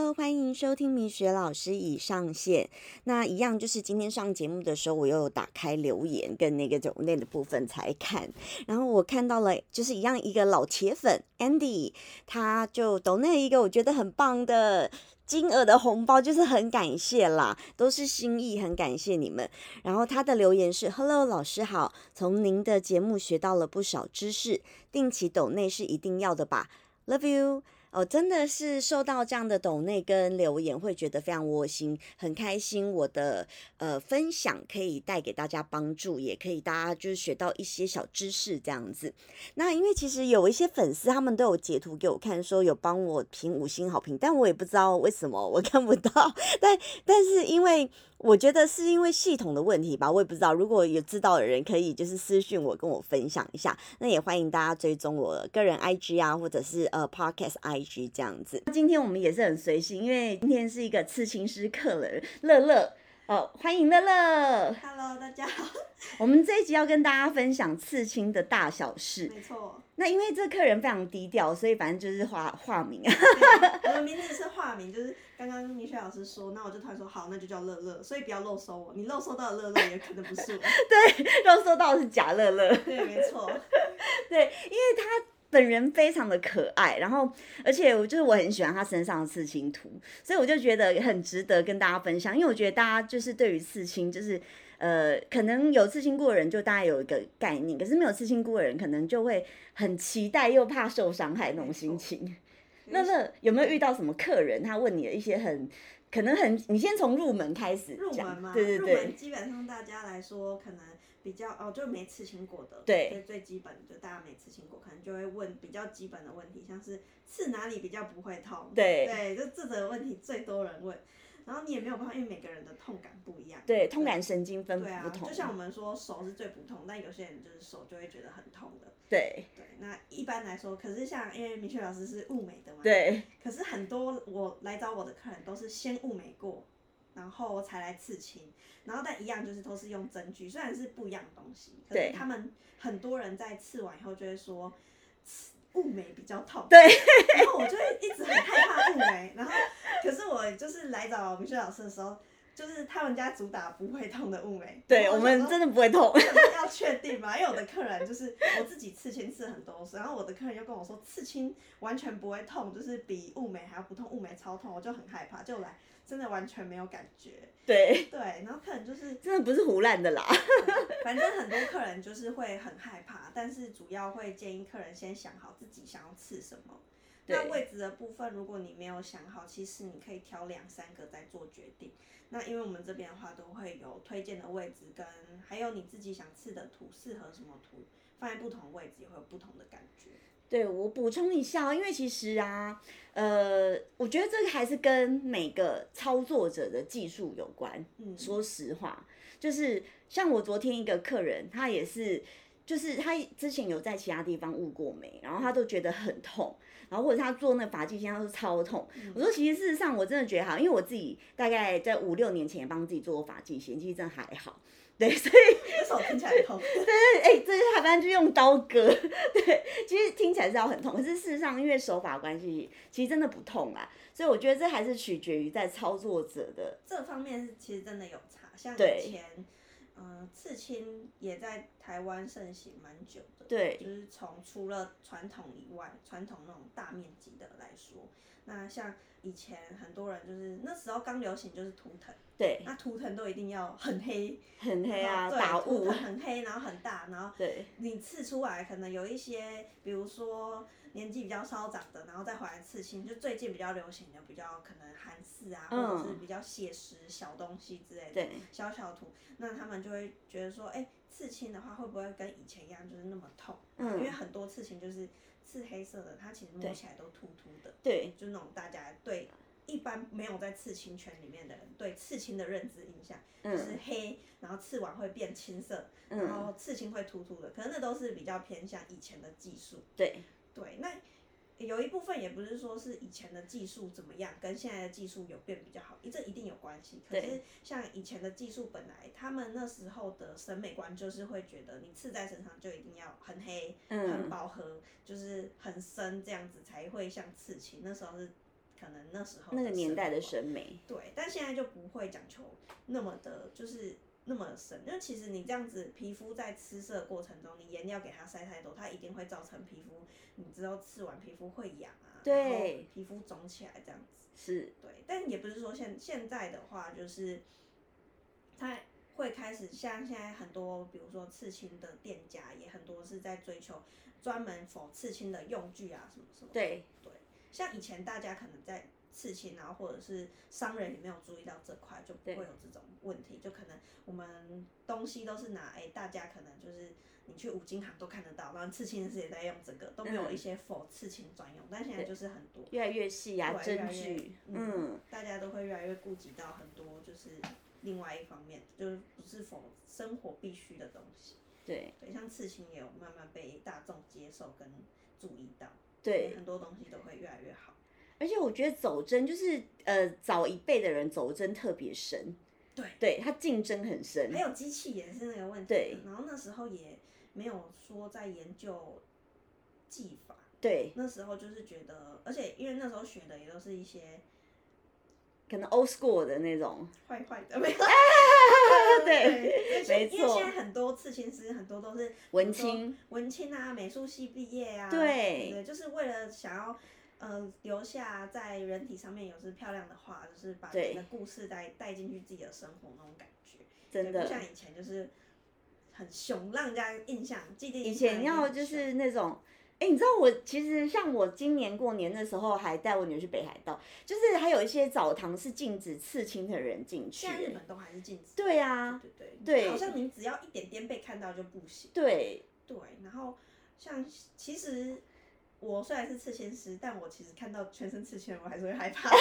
Hello， 欢迎收听米雪老师已上线。那一样就是今天上节目的时候，我又有打开留言跟那个抖内的部分才看，然后我看到了就是一样一个老铁粉 Andy， 他就抖内一个我觉得很棒的金额的红包，就是很感谢啦，都是心意，很感谢你们。然后他的留言是 Hello 老师好，从您的节目学到了不少知识，定期抖内是一定要的吧 ，Love you。真的是受到这样的抖内跟留言，会觉得非常窝心，很开心。我的分享可以带给大家帮助，也可以大家就是学到一些小知识这样子。那因为其实有一些粉丝他们都有截图给我看，说有帮我评5星好评，但我也不知道为什么我看不到。但是因为我觉得是因为系统的问题吧，我也不知道。如果有知道的人，可以就是私讯我，跟我分享一下。那也欢迎大家追踪我个人 IG 啊，或者是Podcast IG 这样子。今天我们也是很随性，因为今天是一个刺青师客人乐乐。欢迎乐乐。 Hello， 大家好。 我们这一集要跟大家分享刺青的大小事。 没错。 那因为这客人非常低调，所以反正就是化名啊。 我的名字是化名，就是刚刚米雪老师说，那我就突然说好，那就叫乐乐，所以不要漏收我。你漏收到的乐乐也可能不是我。 对，漏收到的是假乐乐。 对，没错。 对，因为他本人非常的可爱，然后而且我很喜欢他身上的刺青图，所以我就觉得很值得跟大家分享。因为我觉得大家就是对于刺青，就是可能有刺青过的人就大概有一个概念，可是没有刺青过的人可能就会很期待又怕受伤害那种心情。那有没有遇到什么客人他问你的一些可能你先从入门开始讲。 入门嘛， 对， 入门基本上大家来说可能比较就没刺青过的， 对， 最基本的，就大家没刺青过，可能就会问比较基本的问题，像是刺哪里比较不会痛， 对， 就这个问题最多人问。然后你也没有办法，因为每个人的痛感不一样。 对，痛感神经分布不同。 就像我们说手是最不痛，但有些人就是手就会觉得很痛的。 对， 那一般来说，可是像因为米雪老师是物美的嘛， 对。 可是很多我来找我的客人都是先物美过，然后才来刺青，然后但一样就是都是用针具，虽然是不一样的东西，可是他们很多人在刺完以后就会说。物美比较痛， 对， 然后我就会一直很害怕物美，然后可是我就是来找米雪老师的时候，就是他们家主打不会痛的物美， 对我们真的不会痛， 要确定嘛？因为我的客人就是我自己刺青刺很多次，然后我的客人又跟我说刺青完全不会痛，就是比物美还要不痛，物美超痛，我就很害怕，就来真的完全没有感觉。 对， 然后客人就是真的不是胡乱的啦。 反正很多客人就是会很害怕，但是主要会建议客人先想好自己想要刺什么。那位置的部分，如果你没有想好，其实你可以挑2-3个再做决定。那因为我们这边的话，都会有推荐的位置，跟还有你自己想刺的图，适合什么图，放在不同的位置也会有不同的感觉。 对，我补充一下，因为其实啊，我觉得这个还是跟每个操作者的技术有关。说实话，就是像我昨天一个客人，他也是，就是他之前有在其他地方雾过眉，然后他都觉得很痛，然后或者他做那发际线，他说超痛。我说其实事实上我真的觉得好，因为我自己大概在5-6年前也帮自己做过发际线，其实真的还好。对，所以手听起来痛。 对，这是他反正就用刀割。对，其实听起来是要很痛，可是事实上因为手法关系，其实真的不痛啦。所以我觉得这还是取决于在操作者的这方面其实真的有差。像以前，刺青也在台湾盛行蛮久的。 对， 就是除了传统以外，传统那种大面积的来说，那像以前很多人就是那时候刚流行就是图腾。 对， 那图腾都一定要很黑， 啊，打雾， 图腾很黑，然后很大，然后你刺出来可能有一些，比如说年纪比较稍长的，然后再回来刺青，就最近比较流行的，比较可能韩式啊，或者是比较写实小东西之类的，小图，那他们就会觉得说，刺青的话会不会跟以前一样，就是那么痛？因为很多刺青就是刺黑色的，它其实摸起来都凸凸的， 对， 就是那种大家对。一般没有在刺青圈里面的人对刺青的认知印象就是黑，然后刺完会变青色，然后刺青会凸凸的，可能那都是比较偏向以前的技术。对，那有一部分也不是说是以前的技术怎么样，跟现在的技术有变比较好，这一定有关系。可是像以前的技术本来他们那时候的审美观就是会觉得你刺在身上就一定要很黑、很饱和，就是很深这样子才会像刺青。那时候是可能那时候那个年代的审审美。 对，但现在就不会讲求那么的，就是那么深。因为其实你这样子皮肤在吃色的过程中，你颜料给它晒太多，它一定会造成皮肤，你知道吃完皮肤会痒啊， 对， 然后皮肤肿起来这样子。 是， 对，但也不是说现在的话，就是它会开始像现在很多，比如说刺青的店家也很多是在追求专门否刺青的用具啊，什么什么。 对对，像以前大家可能在刺青啊，或者是商人也没有注意到这块，就不会有这种问题。就可能我们东西都是拿，大家可能就是你去五金行都看得到，然后刺青师也在用这个，都没有一些否刺青专用。但现在就是很多越来越细啊，针具， 大家都会越来越顾及到很多，就是另外一方面，就是不是否生活必须的东西。 对， 像刺青也有慢慢被大众接受跟注意到， 对， 很多东西都会越来越好。 而且我觉得走针就是早一辈的人走针特别深，对，他竞争很深。 还有机器也是那个问题， 对， 然后那时候也没有说在研究技法， 对， 那时候就是觉得，而且因为那时候学的也都是一些可能 old school 的那种坏的，没有。 对，没错。 因为现在很多刺青师很多都是文青啊，美术系毕业啊， 对， 就是为了想要留下在人体上面有是漂亮的画，就是把你的故事带进去自己的生活那种感觉， 真的不像以前就是很凶，让人家印象既定印象。 以前要就是那种。你知道我其实像我今年过年的时候还带我女儿去北海道，就是还有一些澡堂是禁止刺青的人进去。 现在日本都还是禁止。 对啊， 对，好像你只要一点点被看到就不行。 对， 然后像其实我虽然是刺青师，但我其实看到全身刺青我还是会害怕。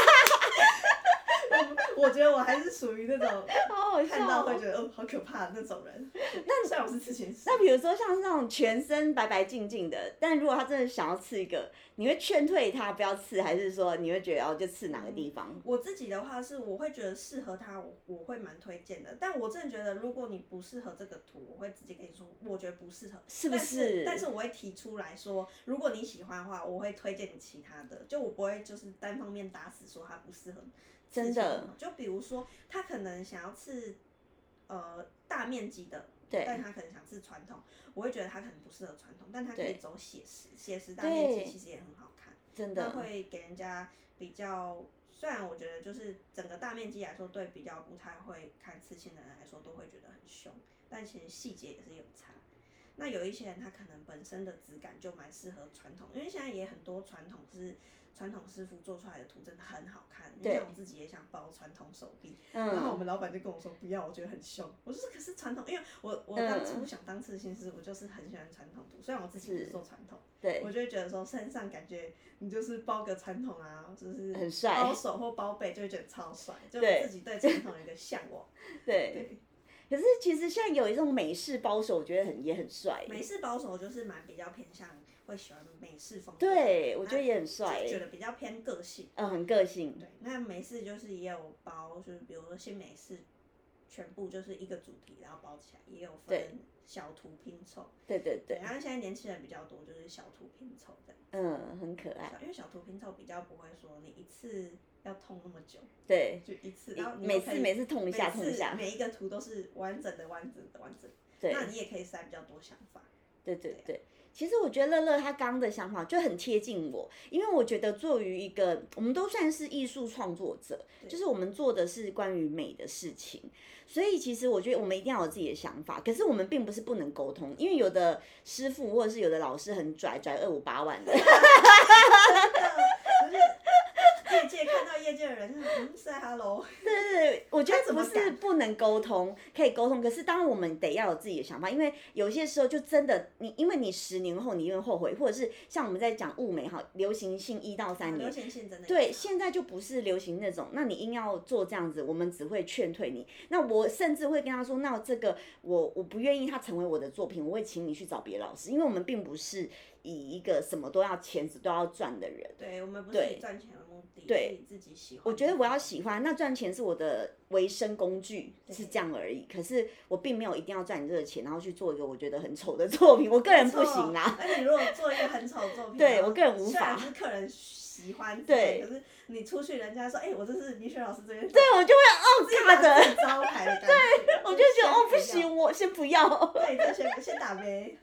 我觉得我还是属于那种看到会觉得好可怕的那种人。那虽然我是刺青师， 那比如说像那种全身白白净净的，但如果他真的想要刺一个，你会劝退他不要刺，还是说你会觉得就刺哪个地方？ 我自己的话是，我会觉得适合他，我会蛮推荐的。但我真的觉得，如果你不适合这个图，我会直接跟你说，我觉得不适合， 是不是？ 但是我会提出来说，如果你喜欢的话，我会推荐你其他的，就我不会就是单方面打死说他不适合。 真的， 就比如说他可能想要刺大面积的，但他可能想刺传统，我会觉得他可能不适合传统，但他可以走写实大面积其实也很好看， 真的， 那会给人家比较。虽然我觉得就是整个大面积来说，对比较不太会看刺青的人来说都会觉得很凶，但其实细节也是有差。那有一些人他可能本身的质感就蛮适合传统，因为现在也很多传统师傅做出来的图真的很好看。像我自己也想包传统手臂，然后我们老板就跟我说不要，我觉得很凶。我说可是传统，因为我当初想当刺青师，我就是很喜欢传统图，虽然我自己不是做传统，我就会觉得说身上感觉你就是包个传统啊，就是很帅， 包手或包背就会觉得超帅，就自己对传统有一个向往。 对。可是其实现在有一种美式包手，我觉得也很帅。 美式包手就是比较偏向会喜欢美式风格。 对，我觉得也很帅。 就觉得比较偏个性。 很个性。 对，那美式就是也有包，就是比如说新美式，全部就是一个主题，然后包起来，也有分小图拼凑。 对。 然后现在年轻人比较多，就是小图拼凑这样。很可爱。 因为小图拼凑比较不会说你一次要痛那么久。 对。 就一次，然后每次痛一下。 每一个图都是完整的。 对。 那你也可以塞比较多想法。 对。其实我觉得乐乐他刚刚的想法就很贴近我，因为我觉得作为一个我们都算是艺术创作者，就是我们做的是关于美的事情，所以其实我觉得我们一定要有自己的想法，可是我们并不是不能沟通，因为有的师傅或者是有的老师很拽258万的。 业界看到业界的人是hello。 对，我觉得不是不能沟通，可以沟通，可是当然我们得要有自己的想法，因为有些时候就真的因为你10年后你因为后悔，或者是像我们在讲物美流行性1到3年， 流行性真的对，现在就不是流行那种，那你硬要做这样子，我们只会劝退你。那我甚至会跟他说，那这个我不愿意他成为我的作品，我会请你去找别的老师，因为我们并不是以一个什么都要钱都要赚的人。 对，我们不是以赚钱为目的。 的， 对， 是你自己喜欢。 我觉得我要喜欢，那赚钱是我的维生工具，是这样而已。可是我并没有一定要赚你这个钱，然后去做一个我觉得很丑的作品，我个人不行啦。 而且如果做一个很丑的作品， 对我个人无法。 虽然是客人喜欢， 对， 可是你出去，人家说，我这是米雪老师这边， 对我就会尬的招牌的感觉。 对，我就觉得不行，我先不要。 对，就先打呗。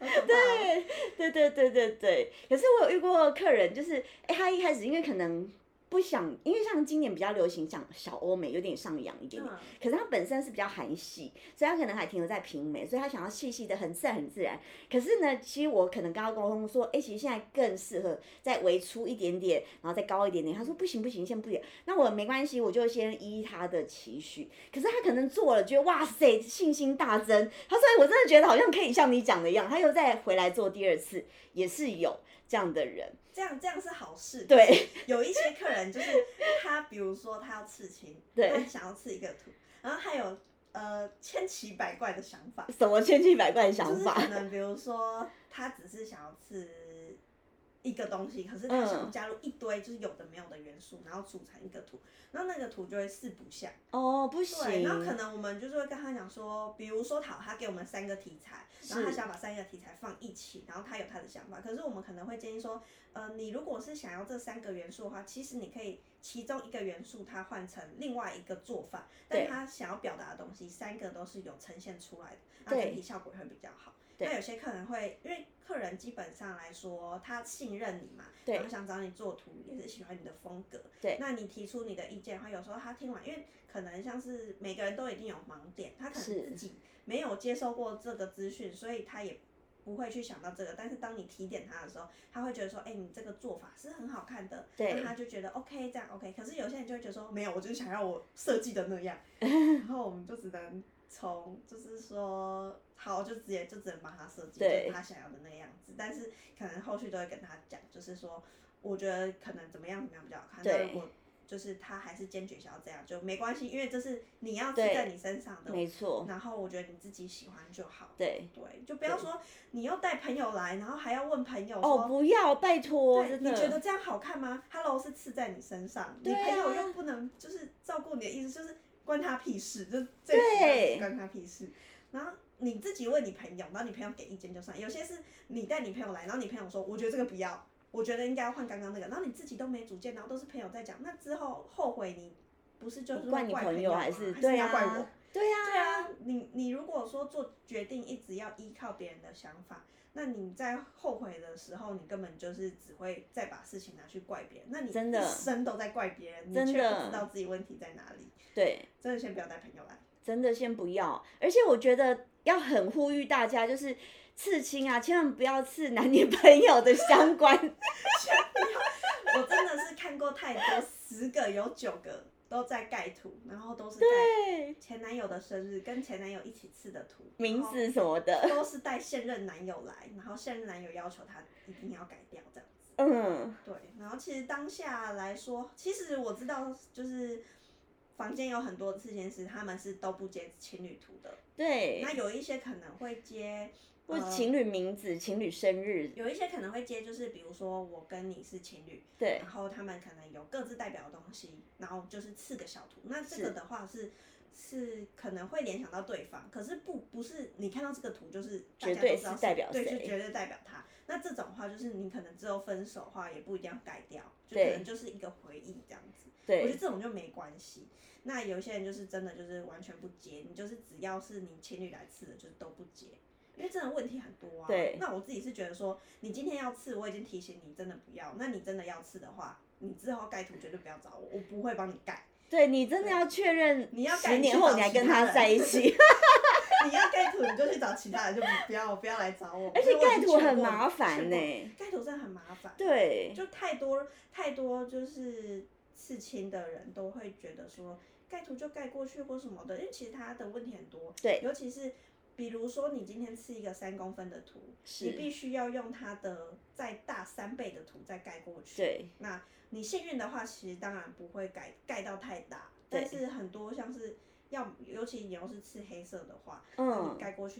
对。可是我有遇过客人，就是他一开始因为可能不想，因为像今年比较流行讲小欧美，有点上扬一点点，可是他本身是比较韩系，所以他可能还停留在平美，所以他想要细细的很自然很自然。可是呢，其实我可能跟他沟通说，其实现在更适合再微粗一点点，然后再高一点点。他说不行，先不行。那我没关系，我就先依他的期许。可是他可能做了，觉得哇塞，信心大增。他说我真的觉得好像可以像你讲的一样，他又再回来做第二次，也是有这样的人。 这样是好事。 对， 有一些客人就是他，比如说他要刺青，他想要刺一个图，然后他有千奇百怪的想法。 什么千奇百怪的想法？ 就是可能比如说他只是想要刺一个东西，可是他想加入一堆就是有的没有的元素，然后组成一个图，然后那个图就会四不像。 不行。 对，然后可能我们就是会跟他讲说，比如说他给我们3个题材，然后他想把3个题材放一起，然后他有他的想法，可是我们可能会建议说，你如果是想要这3个元素的话，其实你可以其中一个元素它换成另外一个做法，但他想要表达的东西3个都是有呈现出来的，那整体效果会比较好。那有些客人会，因为客人基本上来说，他信任你嘛，然后想找你做图，也是喜欢你的风格。 对， 那你提出你的意见，他有时候他听完，因为可能像是每个人都一定有盲点，他可能自己没有接收过这个资讯，所以他也不会去想到这个。但是当你提点他的时候，他会觉得说，你这个做法是很好看的，那他就觉得 OK， 这样 OK。可是有些人就会觉得说，没有，我就是想要我设计的那样，然后我们就只能就是说好，就只能帮他设计，就是他想要的那样子。但是可能后续都会跟他讲，就是说，我觉得可能怎么样比较好看。那如果就是他还是坚决想要这样，就没关系，因为这是你要刺在你身上的， 没错。 然后我觉得你自己喜欢就好。 对， 就不要说你又带朋友来，然后还要问朋友说， 不要，拜托，真的。 你觉得这样好看吗 ？Hello， 是刺在你身上，你朋友又不能就是照顾你的意思，就是关他屁事，就最主要是关他屁事。然后你自己问你朋友，然后你朋友给意见就算。有些是你带你朋友来，然后你朋友说，我觉得这个不要，我觉得应该要换刚刚那个，然后你自己都没主见，然后都是朋友在讲，那之后后悔你不是就是怪你朋友还是要怪我？ 对啊， 你如果说做决定一直要依靠别人的想法，那你在后悔的时候，你根本就是只会再把事情拿去怪别人，那你一生都在怪别人，你却不知道自己问题在哪里。 对， 真的先不要带朋友来。 真的先不要，而且我觉得要很呼吁大家，就是刺青啊，千万不要刺男女朋友的相关。 我真的是看过太多，10个有9个都在盖图，然后都是盖前男友的生日跟前男友一起刺的图， 名字什么的， 都是带现任男友来，然后现任男友要求他一定要改掉这样子。对，然后其实当下来说，其实我知道就是房间有很多刺青师，他们是都不接情侣图的。 对。 那有一些可能会接， 或情侣名字、情侣生日。 有一些可能会接，就是比如说我跟你是情侣， 对。 然后他们可能有各自代表的东西，然后就是刺个小图。那这个的话是可能会联想到对方，可是不是你看到这个图就是大家都知道代表谁， 对，就绝对代表他。那这种话就是你可能之后分手的话也不一定要改掉，就可能就是一个回忆这样子。 对， 我觉得这种就没关系。那有些人就是真的就是完全不接，你就是只要是你情侣来刺的，就是都不接，因为真的问题很多啊。 对。 那我自己是觉得说，你今天要刺，我已经提醒你真的不要。那你真的要刺的话，你之后盖图绝对不要找我，我不会帮你盖。 对，你真的要确认， 你要盖 10年后你还跟他在一起。 你要盖图你就去找其他人，就不要来找我。 而且盖图很麻烦呢， 盖图真的很麻烦。 对， 就太多就是刺青的人都会觉得说盖图就盖过去或什么的，因为其实他的问题很多。 对， 尤其是比如说你今天刺一个3公分的图，你必须要用它的再大3倍的图再盖过去。 对， 那你幸运的话，其实当然不会盖到太大，但是很多像是尤其你要是刺黑色的话，你盖过去你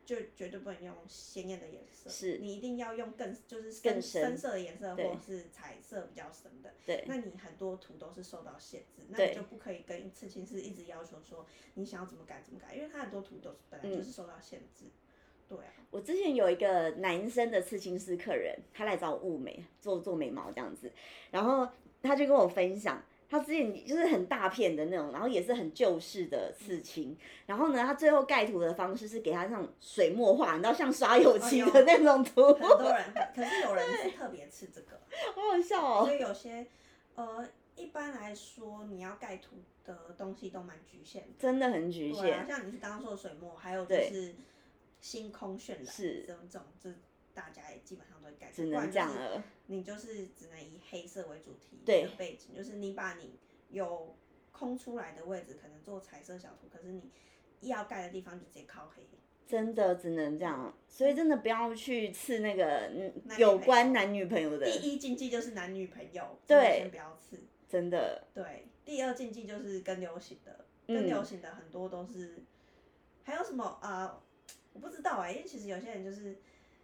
就绝对不能用鲜艳的颜色， 是你一定要用就是更深色的颜色， 对或是彩色比较深的。 对， 那你很多图都是受到限制，那对你就不可以跟刺青师一直要求说你想要怎么改怎么改，因为他很多图都本来就是受到限制。对啊， 我之前有一个男生的刺青师客人，他来找我雾眉做眉毛这样子，然后他就跟我分享，他之前就是很大片的那种，然后也是很旧式的刺青，然后呢，他最后盖图的方式是给他像水墨画，你知道像刷油漆的那种图， 很多人，可是有人是特别刺这个， 好好笑哦。 所以有些一般来说你要盖图的东西都蛮局限的， 真的很局限。 对啊，像你是刚刚说的水墨，还有就是星空渲染是这种，这大家也基本上都会盖， 只能这样了。 你就是只能以黑色为主题对的背景，就是你把你有空出来的位置可能做彩色小图，可是你要盖的地方就直接靠黑。 真的只能这样，所以真的不要去刺那个有关男女朋友的。 第一禁忌就是男女朋友， 对， 先不要刺。 真的。 对，第二禁忌就是跟流行的，跟流行的很多都是，还有什么我不知道因为其实有些人就是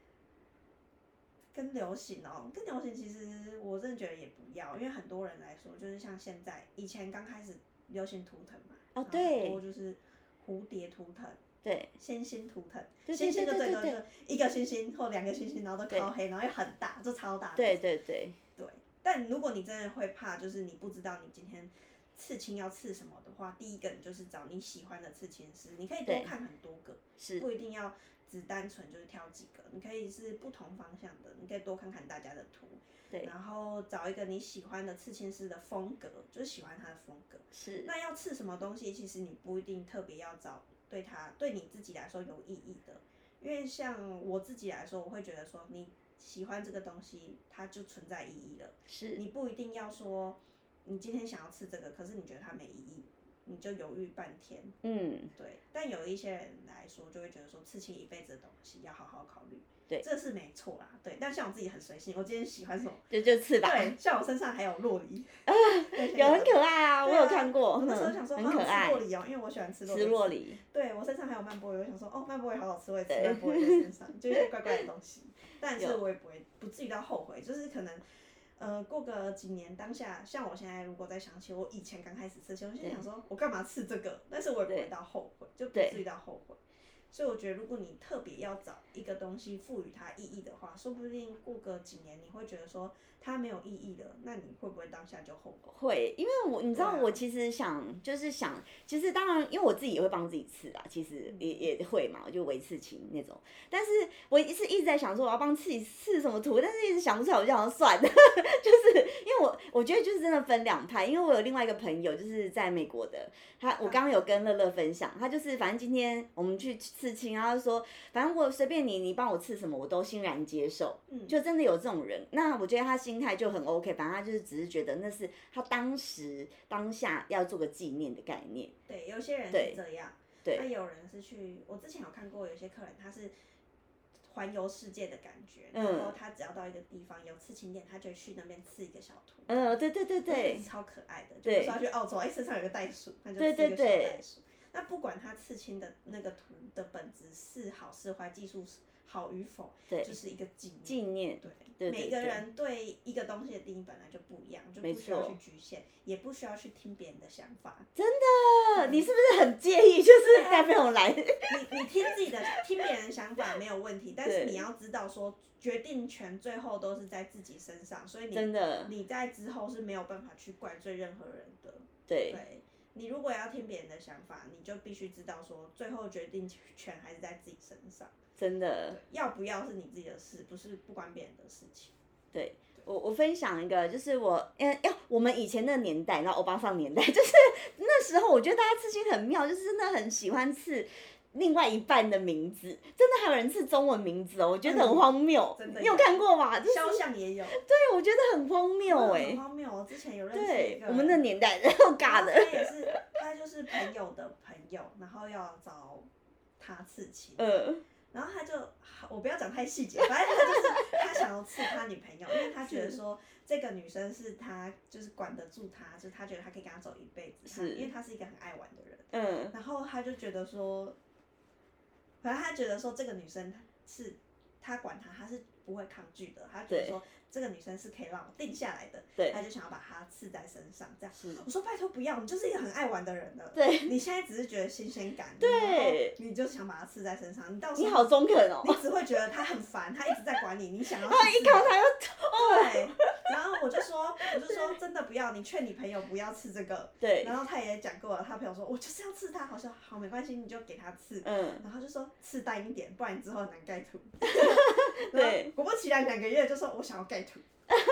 跟流行跟流行其实我真的觉得也不要，因为很多人来说，就是像现在以前刚开始流行图腾嘛， 对， 很多就是蝴蝶图腾。 对， 星星图腾， 星星就最多就一个星星或2个星星，然后都靠黑，然后又很大，就超大。 对对对对。但如果你真的会怕，就是你不知道你今天刺青要刺什么的话，第一个你就是找你喜欢的刺青师，你可以多看很多个，不一定要只单纯就是挑几个，你可以是不同方向的，你可以多看看大家的图。 对， 然后找一个你喜欢的刺青师的风格，就是喜欢他的风格。 是。 那要刺什么东西，其实你不一定特别要找对你自己来说有意义的，因为像我自己来说，我会觉得说你喜欢这个东西，它就存在意义了。 是。 你不一定要说你今天想要刺这个，可是你觉得它没意义，你就犹豫半天。对。但有一些人来说，就会觉得说刺青一辈子的东西要好好考虑。 对， 这是没错啦。对，但像我自己很随性，我今天喜欢什么就刺吧。 对，像我身上还有洛梨有很可爱啊，我有看过。 我那时候想说很可爱， 吃洛梨因为我喜欢吃洛梨。 对，我身上还有曼波鱼，我想说曼波鱼好好吃，我也吃曼波鱼在身上，就一些怪怪的东西。但是我也不至于到后悔，就是可能过个几年，当下像我现在如果再想起我以前刚开始刺青，我现在想说我干嘛刺这个，但是我也不会到后悔，就不至于到后悔。所以我觉得，如果你特别要找一个东西赋予它意义的话，说不定过个几年你会觉得说它没有意义了，那你会不会当下就后悔？ 会，因为你知道我其实其实当然，因为我自己也会帮自己刺啦，其实也会嘛，就微刺青那种。但是我一直在想说我要帮自己刺什么图，但是一直想不出来，我就想算了，就是因为我觉得就是真的分两派，因为我有另外一个朋友就是在美国的，我刚刚有跟乐乐分享，他就是反正今天我们去刺青，然后就说反正我随便你帮我刺什么我都欣然接受，就真的有这种人。那我觉得他心态就很 OK， 反正他就是只是觉得那是他当下要做个纪念的概念。 对，有些人是这样， 对， 那有人是我之前有看过有些客人他是环游世界的感觉，然后他只要到一个地方有刺青店，他就去那边刺一个小图。 对对对对， 超可爱的。就说他去澳洲，身上有个袋鼠，他就刺一个小袋鼠。那不管他刺青的那个图的本质是好是坏，技术好与否，就是一个纪念。对，每个人对一个东西的定义本来就不一样，就不需要去局限，也不需要去听别人的想法。 真的，你是不是很介意？就是带朋友来， 你听别人的想法没有问题，但是你要知道说决定权最后都是在自己身上，所以你在之后是没有办法去怪罪任何人的。对。你如果要听别人的想法，你就必须知道说，最后决定权还是在自己身上。 真的， 要不要是你自己的事，不关别人的事情。 对，我分享一个，就是我们以前那个年代，然后欧巴桑年代，就是那时候我觉得大家刺青很妙，就是真的很喜欢刺另外一半的名字，真的还有人刺中文名字我觉得很荒谬。 真的， 你有看过吗？ 肖像也有。 对，我觉得很荒谬很荒谬。我之前有认识一个， 我们那年代尬的。 他就是朋友的朋友，然后要找他刺青。然后我不要讲太细节，反正他想要刺他女朋友，因为他觉得说这个女生是他就是管得住他，就是他觉得他可以跟他走一辈子，因为他是一个很爱玩的人。然后他就觉得说。 可能他觉得说这个女生是他管他是不会抗拒的，他觉得说这个女生是可以让我定下来的， 对， 他就想要把它刺在身上，这样。 是我说拜托不要，你就是一个很爱玩的人了。 对， 你现在只是觉得新鲜感， 对， 你就想把它刺在身上，你到时候你好中肯哦。 你只会觉得他很烦，他一直在管你，你想要他一看他就对，然后我就说真的不要，你劝你朋友不要刺这个。 对。 然后他也讲过了，他朋友说我就是要刺他，好像好没关系，你就给他刺。然后他就说刺淡一点，不然你之后很难盖图。对，果不其然2个月就说我想要盖图。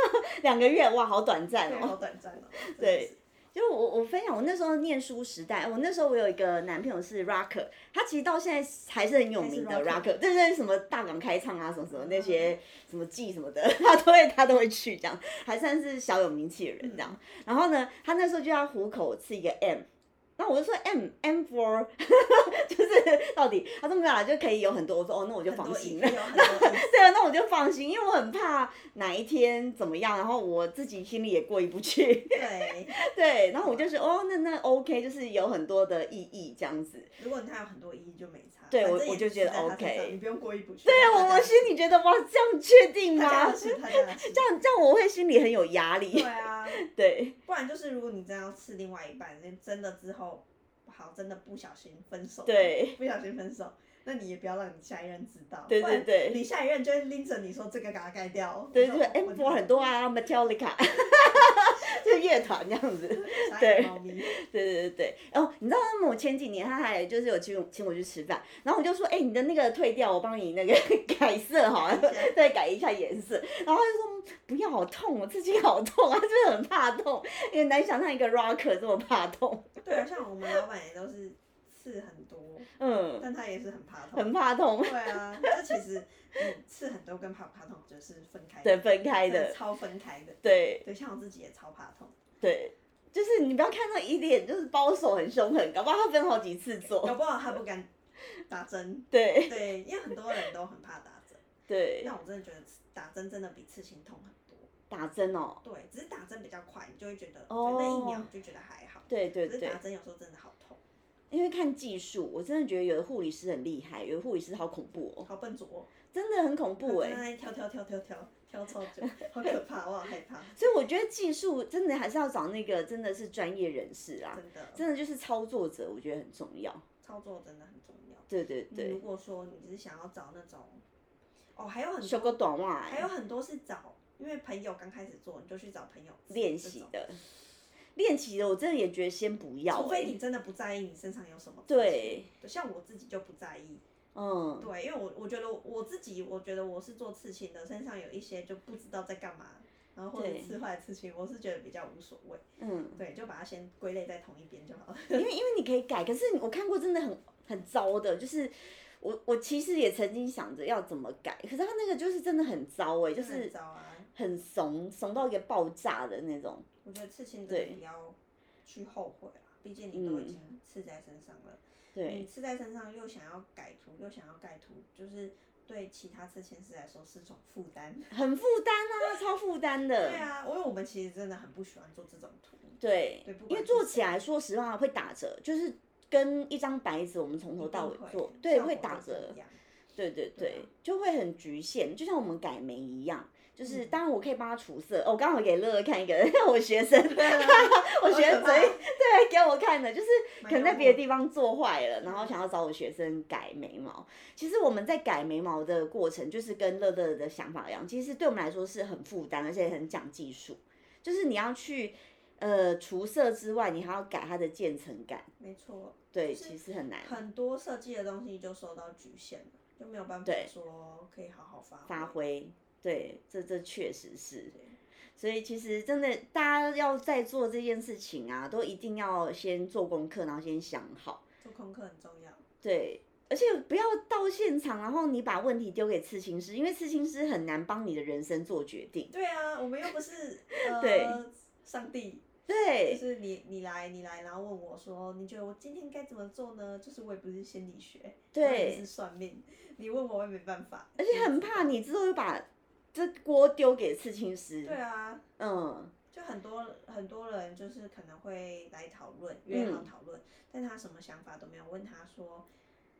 2个月哇，好短暂哦。 对，好短暂哦。 对。就我分享，我那时候念书时代，我那时候我有一个男朋友是 rocker， 他其实到现在还是很有名的 rocker， 对对，什么大港开唱啊，什么什么那些什么季什么的，他都会去这样，还算是小有名气的人这样。然后呢，他那时候就要虎口刺一个 M。然后我就说 M for 就是到底，他说没有啦，就可以有很多。我说哦，那我就放心了。对啊，那我就放心，因为我很怕哪一天怎么样，然后我自己心里也过意不去。 对。 对，然后我就说哦，那 OK， 就是有很多的意义这样子。 如果他有很多意义就没差。 对，我就觉得 OK， 你不用过意不去。 对啊，我心里觉得哇，这样确定吗？ 这样我会心里很有压力。 对啊。 对。 不然就是如果你真要刺另外一半，真的之后好真的不小心分手， 对， 不小心分手，那你也不要让你下一任知道， 对对对， 你下一任就会拎着你说这个给他盖掉。 对对 ，M4 很多啊 ，Metallica， 就是乐团这样子。对，对对。哦，你知道我前几年他还就是有请我去吃饭，然后我就说，你的那个退掉，我帮你那个改色好，再改一下颜色。然后他就说不要，好痛哦，刺青好痛啊，就是很怕痛，也难想象一个 rocker 这么怕痛。 对啊，像我们老板也都是刺很多，但他也是很怕痛。 很怕痛。 对啊，这其实刺很多跟怕不怕痛就是分开的。 对，分开的。 超分开的。 对。 对，像我自己也超怕痛。 对，就是你不要看到一脸就是包手很凶狠，搞不好他分好几次做。 搞不好他不敢打针。 对。 对，因为很多人都很怕打针。 对。 但我真的觉得打针真的比刺青痛很多。 打针哦。 对，只是打针比较快，你就会觉得那1秒就觉得还好。 对对对。 只是打针有时候真的好痛。 因为看技术，我真的觉得有的护理师很厉害，有的护理师好恐怖哦。 好笨拙哦。 真的很恐怖跳超久，好可怕，我好害怕。 所以我觉得技术真的还是要找那个真的是专业人士啊，真的就是操作者，我觉得很重要。 操作真的很重要。 对对对。 如果说你只是想要找那种，还有很多修个短袜， 还有很多是找，因为朋友刚开始做，你就去找朋友练习的。练习的，我真的也觉得先不要， 除非你真的不在意你身上有什么。 对。 像我自己就不在意。对，因为我觉得我自己，我觉得我是做刺青的，身上有一些就不知道在干嘛，然后或者刺坏刺青，我是觉得比较无所谓。对，就把它先归类在同一边就好了。 因为你可以改，可是我看过真的很糟的，就是我其实也曾经想着要怎么改，可是他那个就是真的很糟就是很怂到一个爆炸的那种。 我觉得刺青真的不要去后悔啦，毕竟你都已经刺在身上了。你刺在身上又想要改图又想要盖图，就是对其他刺青师来说是种负担。 很负担啊，超负担的。 对啊，因为我们其实真的很不喜欢做这种图。 对，因为做起来说实话会打折，就是跟一张白纸我们从头到尾做，对，会打折。对对对，就会很局限，就像我们改眉一样。就是当然我可以帮他除色，我刚好给乐乐看一个我学生，我学生对给我看的，就是可能在别的地方做坏了，然后想要找我学生改眉毛。其实我们在改眉毛的过程，就是跟乐乐的想法一样，其实对我们来说是很负担，而且很讲技术。就是你要去除色之外，你还要改它的渐层感。 没错。 对，其实很难。 很多设计的东西就受到局限了，就没有办法说可以好好发挥。对，这确实是，所以其实真的，大家要在做这件事情啊，都一定要先做功课，然后先想好。 做功课很重要。 对，而且不要到现场，然后你把问题丢给刺青师，因为刺青师很难帮你的人生做决定。 对啊，我们又不是上帝。 对， 就是你来，然后问我说，你觉得我今天该怎么做呢？就是我也不是心理学，我也是算命，你问我也没办法。 而且很怕你之后又把这锅丢给刺青师。 对啊。就很多人就是可能会来讨论，约好讨论，但他什么想法都没有，问他说，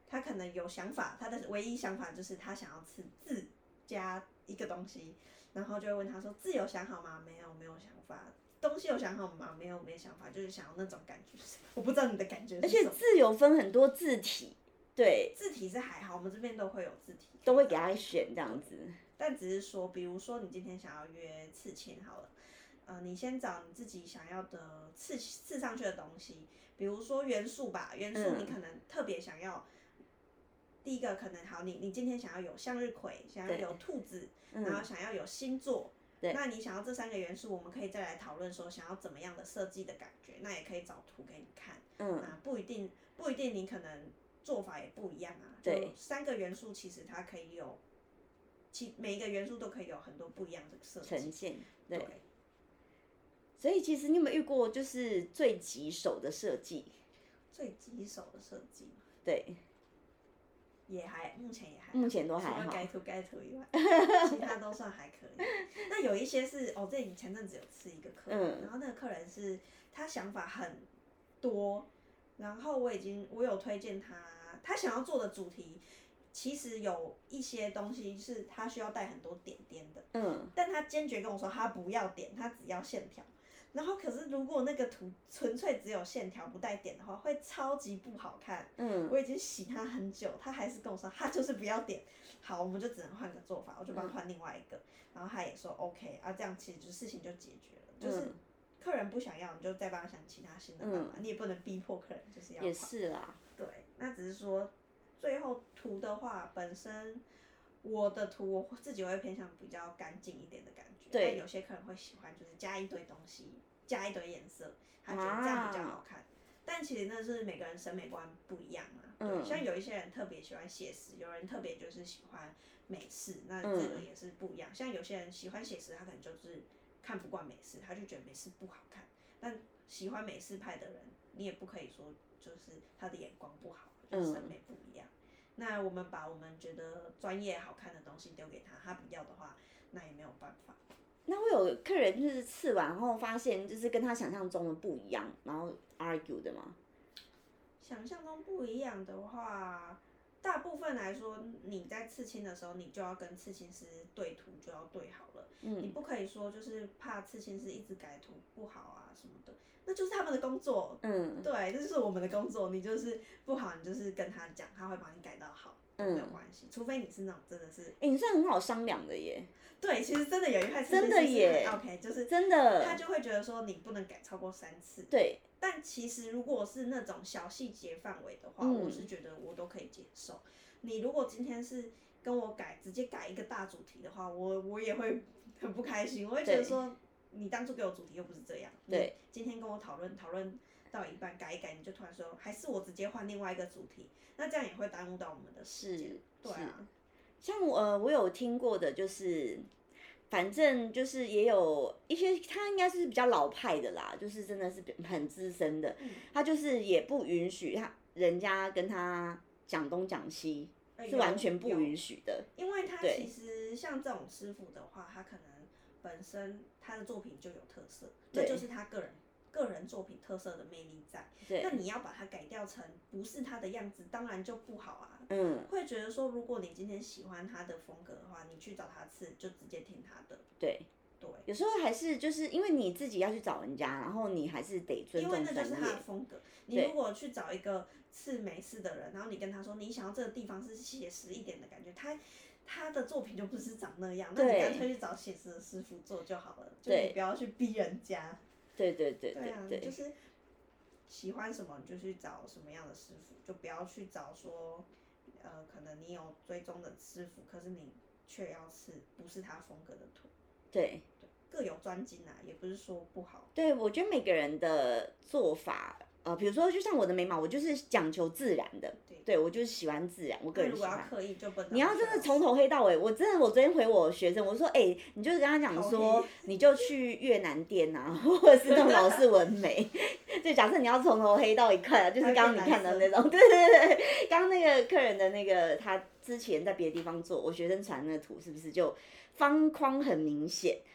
他可能有想法，他的唯一想法就是他想要刺字加一个东西，然后就会问他说字有想好吗？没有，没有想法。东西有想好吗？没有，没想法，就是想要那种感觉。我不知道你的感觉是什么。 而且字有分很多字体，对， 字体是还好，我们这边都会有字体， 都会给他选这样子。 但只是说，比如说你今天想要约刺青好了，你先找你自己想要的刺上去的东西，比如说元素吧，元素你可能特别想要。第一个可能好，你今天想要有向日葵，想要有兔子，然后想要有星座，那你想要这3个元素，我们可以再来讨论说想要怎么样的设计的感觉，那也可以找图给你看。不一定你可能做法也不一样啊。对，3个元素其实它可以有，每一个元素都可以有很多不一样的设计呈现。 对。 所以其实你有没有遇过就是最棘手的设计？ 最棘手的设计？ 对。 目前也还好， 目前都还好， 除了该涂以外，其他都算还可以。那有一些是这前阵子有吃一个客人，然后那个客人是他想法很多，然后我有推荐他想要做的主题，其实有一些东西是他需要带很多点点的，但他坚决跟我说他不要点，他只要线条。然后可是如果那个图纯粹只有线条不带点的话，会超级不好看。我已经洗他很久，他还是跟我说他就是不要点。好，我们就只能换个做法，我就帮他换另外一个。然后他也说 OK 啊，这样其实就事情就解决了。就是客人不想要，你就再帮他想其他新的办法，你也不能逼迫客人就是要。 也是啦。 对，那只是说最后图的话，本身我的图我自己会偏向比较干净一点的感觉。但有些客人会喜欢就是加一堆东西。加一堆颜色，他觉得这样比较好看。但其实那是每个人审美观不一样嘛。对，像有一些人特别喜欢写实，有人特别就是喜欢美式，那这个也是不一样。像有些人喜欢写实，他可能就是看不惯美式，他就觉得美式不好看。但喜欢美式派的人，你也不可以说就是他的眼光不好，就是审美不一样。那我们把我们觉得专业好看的东西丢给他，他不要的话，那也没有办法。 那会有客人就是刺完后发现就是跟他想象中的不一样，然后 argue 的吗？ 想象中不一样的话，大部分来说，你在刺青的时候，你就要跟刺青师对图就要对好了。你不可以说就是怕刺青师一直改图不好啊什么的，那就是他们的工作。对，这就是我们的工作。你就是不好，你就是跟他讲，他会帮你改到好，没有关系。除非你是那种真的是， 你算很好商量的耶。 对，其实真的有一派刺青师是很 OK， 就是真的， 他就会觉得说你不能改超过3次。 对。 但其实如果是那种小细节范围的话，我是觉得我都可以接受。你如果今天是跟我直接改一个大主题的话，我也会很不开心，我会觉得说你当初给我主题又不是这样， 对， 今天跟我讨论到一半改一改，你就突然说还是我直接换另外一个主题，那这样也会耽误到我们的时间。对啊， 像我有听过的就是。反正就是也有一些，他应该是比较老派的啦，就是真的是很资深的，他就是也不允许人家跟他讲东讲西，是完全不允许的。 因为他其实像这种师傅的话，他可能本身他的作品就有特色，这就是他个人作品特色的魅力在。那你要把它改掉成不是他的样子，当然就不好啊。会觉得说，如果你今天喜欢他的风格的话，你去找他刺，就直接听他的。 对，有时候还是就是因为你自己要去找人家，然后你还是得尊重专业。 因为那就是他的风格。你如果去找一个刺美式的人，然后你跟他说你想要这个地方是写实一点的感觉，他的作品就不是长那样，那你干脆去找写实的师傅做就好了，就你不要去逼人家。 对啊，就是喜欢什么你就去找什么样的师傅，就不要去找说。可能你有追踪的师傅，可是你却要刺不是他风格的图。对，各有专精啊，也不是说不好。 对，我觉得每个人的做法，比如说就像我的眉毛，我就是讲求自然的，对我就是喜欢自然，我个人喜欢。 如果要刻意就不能。 你要真的从头黑到尾，我昨天回我学生，我说，你就是跟他讲说，你就去越南店啊，或者是那种劳氏纹眉，就假设你要从头黑到一块啊，就是刚刚你看的那种，对，刚刚那个客人的那个他之前在别的地方做，我学生传那个图是不是就方框很明显？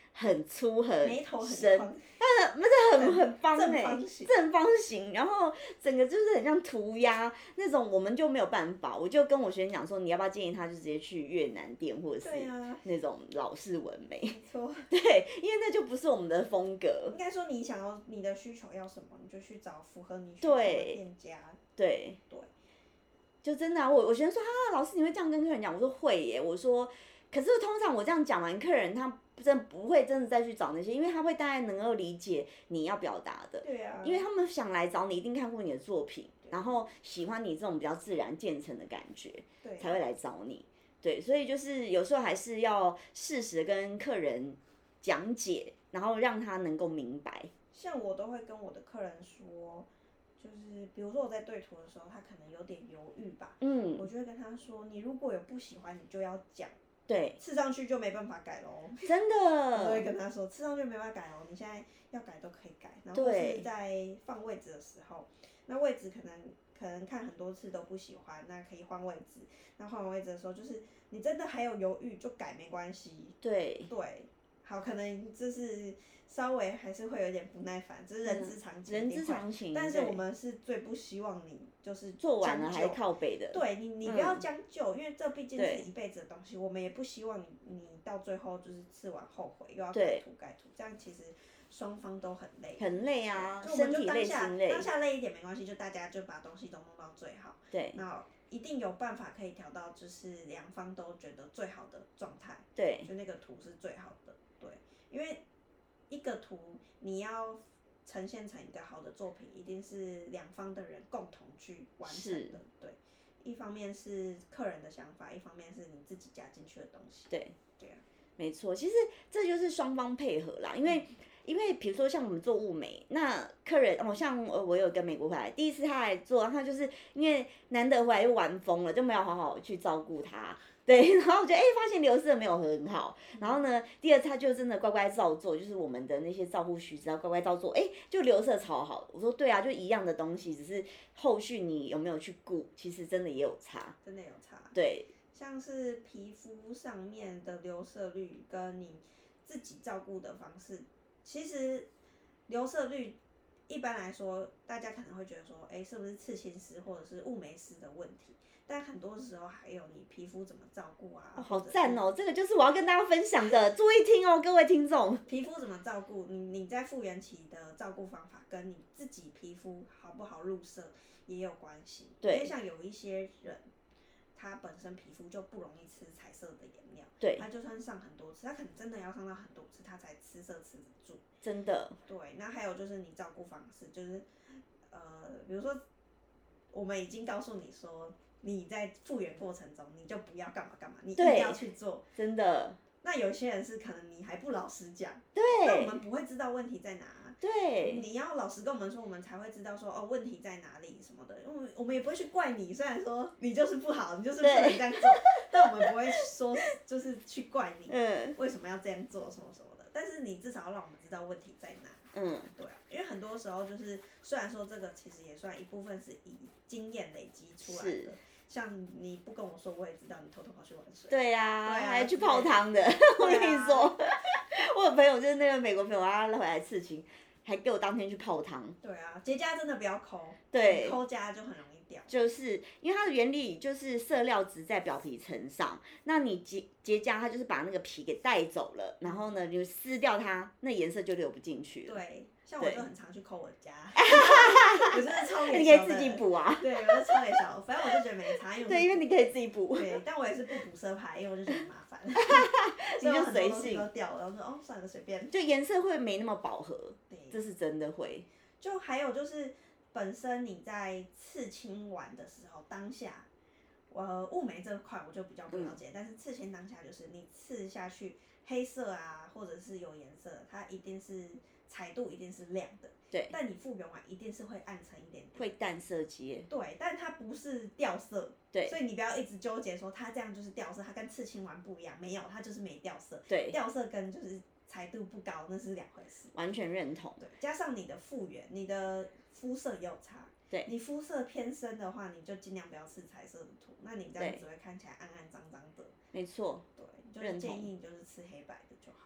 很粗很眉头很深， 宽， 不是很方正哎、 方形正方形，然后整个就是很像涂鸦那种，我们就没有办法。我就跟我学生讲说，你要不要建议他就直接去越南店或者是对啊， 那种老式纹眉， 没错。 对，因为那就不是我们的风格应。该说你想要你的需求要什么，你就去找符合你需求的对店家。 对， 对， 就真的啊，我学生说老师你会这样跟客人讲，我说会耶，我说可是通常我这样讲完，客人他真不会真的再去找那些，因为他会大概能够理解你要表达的， 对啊， 因为他们想来找你，一定看过你的作品，然后喜欢你这种比较自然渐层的感觉， 对才会来找你。对，所以就是有时候还是要适时跟客人讲解，然后让他能够明白。 像我都会跟我的客人说，就是比如说我在对图的时候，他可能有点犹豫吧，我就会跟他说，你如果有不喜欢，你就要讲， 对， 刺上去就没办法改喽。 真我都会的， 跟他说，刺上去没办法改哦，你现在要改都可以改。然后或是在放位置的时候，那位置可能看很多次都不喜欢，那可以换位置。那换完位置的时候，就是你真的还有犹豫就改没关系。 对， 对，好，可能就是稍微还是会有点不耐烦，这是人之常情， 人之常情。 但是我们是最不希望你就是做完了将就还靠北的。 对你不要将就，因为这毕竟是一辈子的东西，我们也不希望你到最后就是吃完后悔又要改图，这样其实双方都很累。 很累啊， 就我们身体累， 就当心累。 下累一点没关系，就大家就把东西都弄到最好。 对。 那一定有办法可以调到就是两方都觉得最好的状态。 对。 就那个图是最好的，对，因为一个图你要呈现成一个好的作品，一定是两方的人共同去完成的，对。一方面是客人的想法，一方面是你自己加进去的东西。 对， 对啊， 没错，其实这就是双方配合啦，因为比如说像我们做物美，那客人像我有一个美国回来，第一次他来做，他就是因为难得回来又玩疯了，就没有好好去照顾他。对，然后就发现流色没有很好，然后呢，第二次他就真的乖乖照做，就是我们的那些照顾须知道乖乖照做，就流色超好。我说对啊，就一样的东西，只是后续你有没有去顾，其实真的也有差， 真的有差。 对， 像是皮肤上面的流色率跟你自己照顾的方式，其实流色率一般来说，大家可能会觉得说，是不是刺青师或者是雾眉师的问题？但很多时候还有你皮肤怎么照顾啊， 好赞哦！这个就是我要跟大家分享的，注意听哦，各位听众。 皮肤怎么照顾，你在复原期的照顾方法跟你自己皮肤好不好入色也有关系。 对， 因为像有一些人，他本身皮肤就不容易吃彩色的颜料， 对， 他就算上很多次，他可能真的要上到很多次，他才吃色吃得住。 真的。 对，那还有就是你照顾方式，就是比如说我们已经告诉你说。你在复原过程中，你就不要干嘛干嘛，你一定要去做。 真的。 那有些人是可能你还不老实讲， 对， 那我们不会知道问题在哪。 对， 你要老实跟我们说，我们才会知道说问题在哪里什么的。我们也不会去怪你，虽然说你就是不好，你就是不能这样做，但我们不会说就是去怪你，为什么要这样做什么什么的。但是你至少要让我们知道问题在哪。对啊，因为很多时候就是虽然说这个其实也算一部分是以经验累积出来的。像你不跟我说，我也知道你偷偷跑去玩水。 对呀，还去泡汤的。我跟你说，我有朋友就是那个美国朋友，他回来刺青，还给我当天去泡汤。 对啊，结痂真的不要抠， 对， 抠痂就很容易掉。 就是因为它的原理就是色料质在表皮层上，那你结痂它就是把那个皮给带走了，然后呢就撕掉它，那颜色就流不进去了。 对。像我就很常去抠我家，我真的超脸小的。 你可以自己补啊。 对，我是超脸小，反正我就觉得没差， 对，因为你可以自己补。 对，但我也是不补色牌，因为我就觉得麻烦。 你就随性。 都掉了，然后说算了随便。 就颜色会没那么饱和，这是真的会。 就还有就是本身你在刺青完的时候，当下，雾眉这块我就比较不了解，但是刺青当下就是你刺下去黑色啊，或者是有颜色，它一定是。彩度一定是亮的， 对， 但你复原完一定是会暗沉一点点， 会淡色阶， 对，但它不是掉色， 对， 所以你不要一直纠结说它这样就是掉色，它跟刺青完不一样，没有，它就是没掉色， 对， 掉色跟就是彩度不高那是两回事， 完全认同， 对，加上你的复原，你的肤色也有差， 对， 你肤色偏深的话，你就尽量不要刺彩色的图，那你这样只会看起来暗暗脏脏的， 没错， 对，就是建议你就是刺黑白的就好了。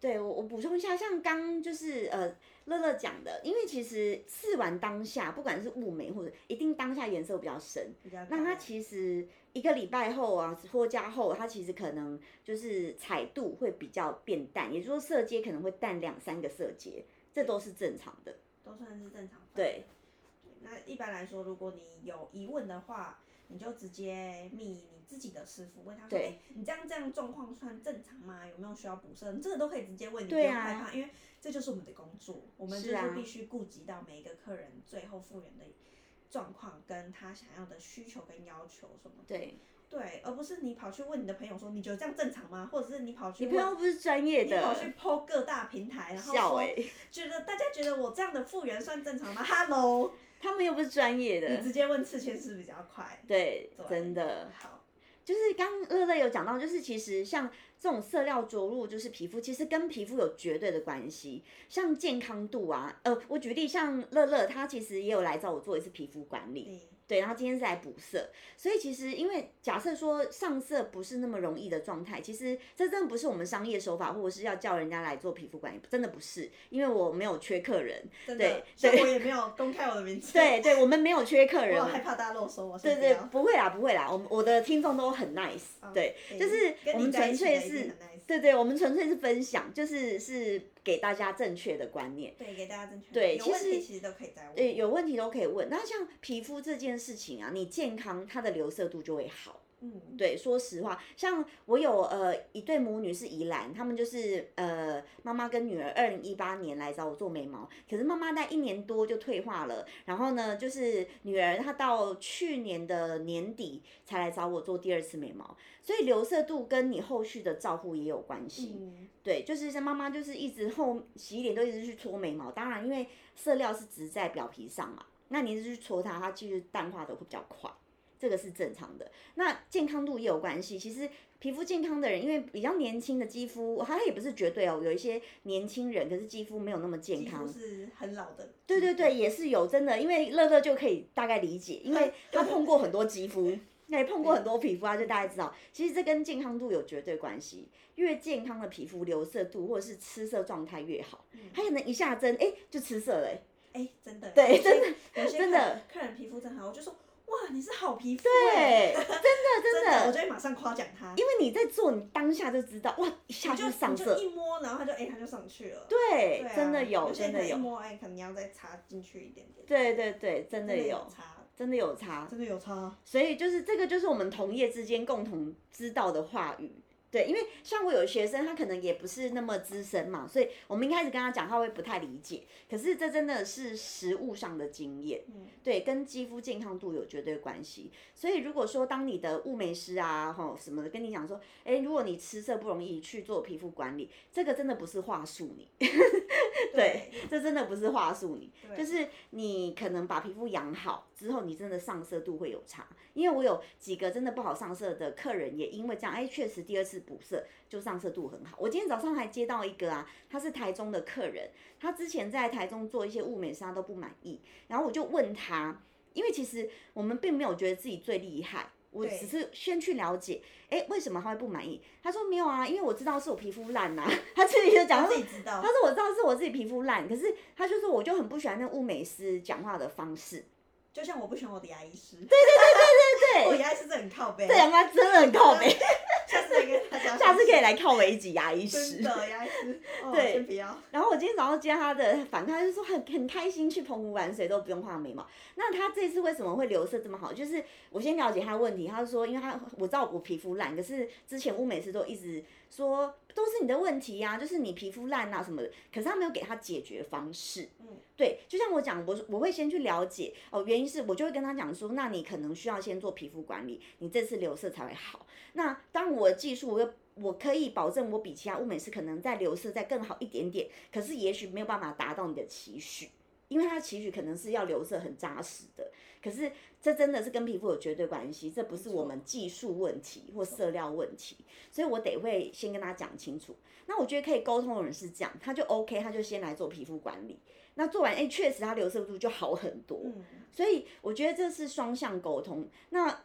对，我补充一下，像刚就是乐乐讲的，因为其实刺完当下，不管是雾眉或者一定当下颜色比较深，那它其实1个礼拜后啊，脱痂后，它其实可能就是彩度会比较变淡，也就是说色阶可能会淡2-3个色阶，这都是正常的， 都算是正常。 对。 那一般来说，如果你有疑问的话，你就直接密你自己的师傅，问他说，你这样状况算正常吗？有没有需要补色？你这个都可以直接问，你不用害怕，因为这就是我们的工作，我们就是必须顾及到每一个客人最后复原的状况，跟他想要的需求跟要求什么的。对，而不是你跑去问你的朋友说，你觉得这样正常吗？或者是你跑去问， 你朋友不是专业的， 你跑去 po 各大平台，然后说，觉得大家觉得我这样的复原算正常吗 ？Hello。 他们又不是专业的， 你直接问刺青师比较快。 对，真的。 好， 就是刚乐乐有讲到，就是其实像这种色料着入，就是皮肤其实跟皮肤有绝对的关系。像健康度啊，我举例，像乐乐他其实也有来找我做一次皮肤管理。对，然后今天是来补色，所以其实因为假设说上色不是那么容易的状态，其实这真的不是我们商业手法，或者是要叫人家来做皮肤管理，真的不是，因为我没有缺客人， 对，我也没有公开我的名字， 对，我们没有缺客人， 我害怕大家漏说我， 对，不会啦，我的听众都很 nice，对，就是我们纯粹是，对，我们纯粹是分享，是给大家正确的观念， 对，给大家正确， 对， 有问题其实都可以再问， 对，有问题都可以问。那像皮肤这件事情啊，你健康，它的留色度就会好。对，说实话，像我有一对母女是宜兰，他们就是妈妈跟女儿2018年来找我做眉毛，可是妈妈在1年多就退化了，然后呢，就是女儿她到去年的年底才来找我做第2次眉毛，所以留色度跟你后续的照护也有关系。对，就是像妈妈就是一直洗脸都一直去搓眉毛，当然因为色料是植在表皮上嘛，那你一直去搓它，它其实淡化的会比较快。这个是正常的，那健康度也有关系。其实皮肤健康的人，因为比较年轻的肌肤，它也不是绝对哦，有一些年轻人可是肌肤没有那么健康， 肌肤是很老的。 对，也是有真的，因为乐乐就可以大概理解，因为他碰过很多肌肤，也碰过很多皮肤，他就大概知道，其实这跟健康度有绝对关系。越健康的皮肤留色度或者是吃色状态越好，他可能一下针就吃色了。 真的。 对，真的，客人皮肤真好，我就说。哇，你是好皮肤对，真的， 我就会马上夸奖他， 因为你在做，你当下就知道，哇，一下就上色， 一摸，然后他就上去了。 对，真的有，真的有。 一摸，可能要再插进去一点点。 对，真的有差， 真的有差， 真的有差。 所以就是这个，就是我们同业之间共同知道的话语。对，因为像我有学生，他可能也不是那么资深嘛，所以我们一开始跟他讲，他会不太理解。可是这真的是实务上的经验，对，跟肌肤健康度有绝对关系。所以如果说当你的雾眉师啊，什么的跟你讲说，如果你吃色不容易去做皮肤管理，这个真的不是话术你，对，这真的不是话术你，就是你可能把皮肤养好之后，你真的上色度会有差。因为我有几个真的不好上色的客人，也因为这样，确实第2次补色就上色度很好。我今天早上还接到一个啊，他是台中的客人，他之前在台中做一些雾眉师他都不满意，然后我就问他，因为其实我们并没有觉得自己最厉害，我只是先去了解，为什么他会不满意？他说没有啊，因为我知道是我皮肤烂呐，他自己就讲， 他自己知道， 他说我知道是我自己皮肤烂，可是他就说我就很不喜欢那雾眉师讲话的方式。 就像我不喜欢我的牙医师， 对， 我牙医师真的很靠北， 对，他真的很靠北， 下次跟大家， 下次可以来靠北一集牙医师， 真的牙医师， 对， 先不要。 然后我今天早上接他的反馈，他就说很开心去澎湖玩水都不用画眉毛。那他这次为什么会留色这么好？就是我先了解他的问题，他说因为我知道我皮肤烂，可是之前雾眉师都一直说都是你的问题啊，就是你皮肤烂啊什么的，可是他没有给他解决方式。对，就像我讲，我会先去了解原因是我就会跟他讲说，那你可能需要先做皮肤管理，你这次留色才会好。那当我的技术我可以保证我比其他雾眉师可能在留色再更好一点点，可是也许没有办法达到你的期许，因为他的期许可能是要留色很扎实的，可是这真的是跟皮肤有绝对关系，这不是我们技术问题或色料问题，所以我会先跟他讲清楚。那我觉得可以沟通的人是这样，他就 OK， 他就先来做皮肤管理。那做完确实他留色度就好很多，所以我觉得这是双向沟通。那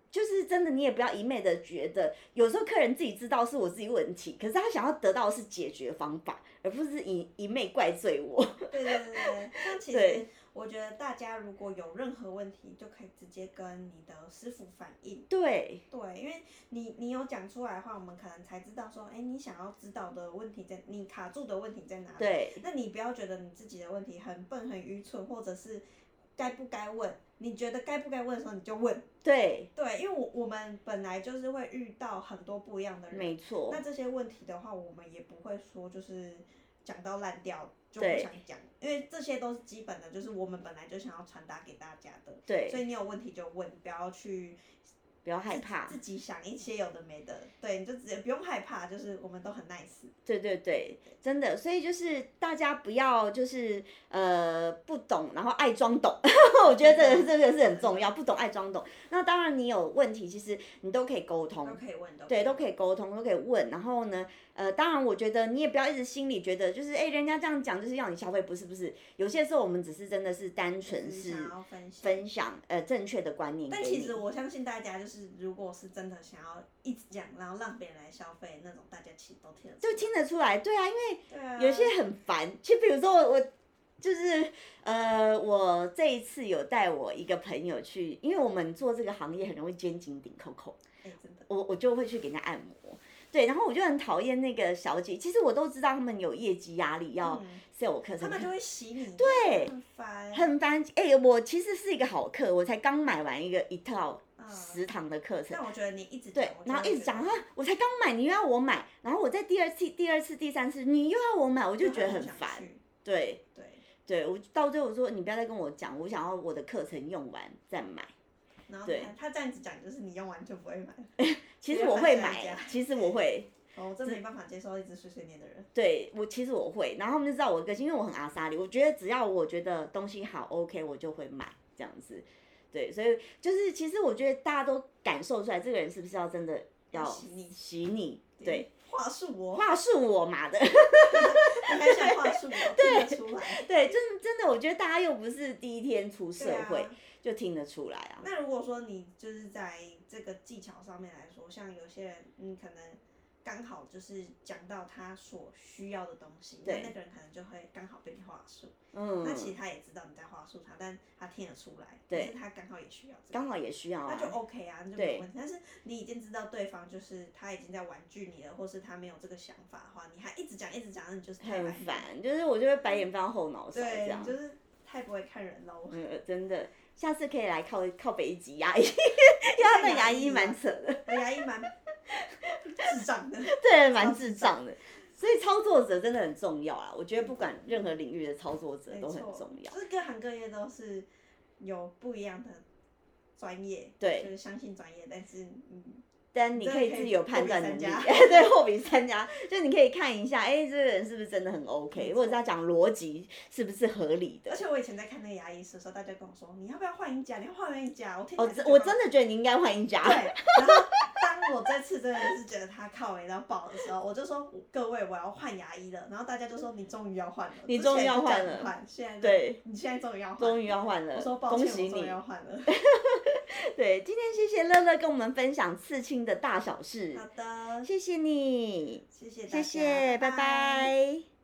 就是真的，你也不要一昧的觉得，有时候客人自己知道是我自己问题，可是他想要得到的是解决方法，而不是一昧怪罪我。 对对对对，像其实我觉得大家如果有任何问题，就可以直接跟你的师傅反映。 对对，因为你有讲出来的话，我们可能才知道说，哎，你想要知道的问题在，你卡住的问题在哪里。 对， 那你不要觉得你自己的问题很笨很愚蠢，或者是该不该问，你觉得该不该问的时候你就问。 对对，因为我们本来就是会遇到很多不一样的人， 没错。 那这些问题的话，我们也不会说就是讲到烂掉就不想讲，因为这些都是基本的，就是我们本来就想要传达给大家的。 对， 所以你有问题就问，不要害怕， 自己想一些有的没的，对，你就直接不用害怕，就是我们都很 nice。 对对对，真的，所以就是大家不要就是不懂，然后爱装懂，我觉得这个是很重要，不懂爱装懂。那当然你有问题，其实你都可以沟通， 都可以问， 对，都可以沟通，都可以问。然后呢，当然我觉得你也不要一直心里觉得就是人家这样讲就是要你消费，不是，有些时候我们只是真的是单纯是分享正确的观念给你。 但其实我相信大家就是如果是真的想要一直讲，然后让别人来消费那种，大家其实都听得出来。 就听得出来，对啊，因为有些很烦。就比如说我就是我这一次有带我一个朋友去，因为我们做这个行业很容易肩颈顶扣扣， 真的， 我就会去给人家按摩。对，然后我就很讨厌那个小姐，其实我都知道他们有业绩压力，要 sell 课程， 他们就会洗你， 对， 很烦。我其实是一个好客，我才刚买完一套10堂的课程。 但我觉得你一直对，然后一直讲我才刚买，你又要我买，然后我在第二次、第三次，你又要我买，我就觉得很烦。对，我到最后我说你不要再跟我讲，我想要我的课程用完再买。 然后他这样子讲，就是你用完就不会买。 其实我会买，其实我会。 我真没办法接受一直碎碎念的人。 对，其实我会，然后他们就知道我的个性，因为我很阿莎莉，我觉得只要我觉得东西好 OK， 我就会买这样子。对，所以就是其实我觉得大家都感受出来，这个人是不是要真的要洗你？对， 话术我妈的， 应该像话术我听得出来。 对，真的，我觉得大家又不是第一天出社会。就听得出来啊。 那如果说你就是在这个技巧上面来说，像有些人，可能刚好就是讲到他所需要的东西，那个人可能就会刚好被你话术。那其实他也知道你在话术他，但他听得出来，但是他刚好也需要这个。 刚好也需要啊。 那就 OK 啊，那就没有问题。但是你已经知道对方就是他已经在婉拒你了，或是他没有这个想法的话，你还一直讲，那你就是太很烦，就是我就会白眼翻到后脑勺这样。 对，就是太不会看人喽。 真的。下次可以来靠北一集牙医，因为他的牙医蛮扯的， 牙医蛮智障的， 对，蛮智障的。所以操作者真的很重要啦，我觉得不管任何领域的操作者都很重要。 就是各行各业都是有不一样的专业， 对， 就是相信专业， 但你可以自己有判断能力，对，货比三家，就你可以看一下，这个人是不是真的很 OK， 或者是他讲逻辑是不是合理的。 而且我以前在看那个牙医师的时候，大家跟我说，你要不要换一家？你要换一家？ 我真的觉得你应该换一家。 对，然后当我这次真的是觉得他靠北到爆的时候，我就说各位我要换牙医了，然后大家就说你终于要换了， 你终于要换了， 现在对， 你现在终于要换， 终于要换了， 我说抱歉， 恭喜你， 我终于要换了。 对，今天谢谢乐乐跟我们分享刺青的大小事。 好的， 谢谢你， 谢谢大家， 谢谢，拜拜。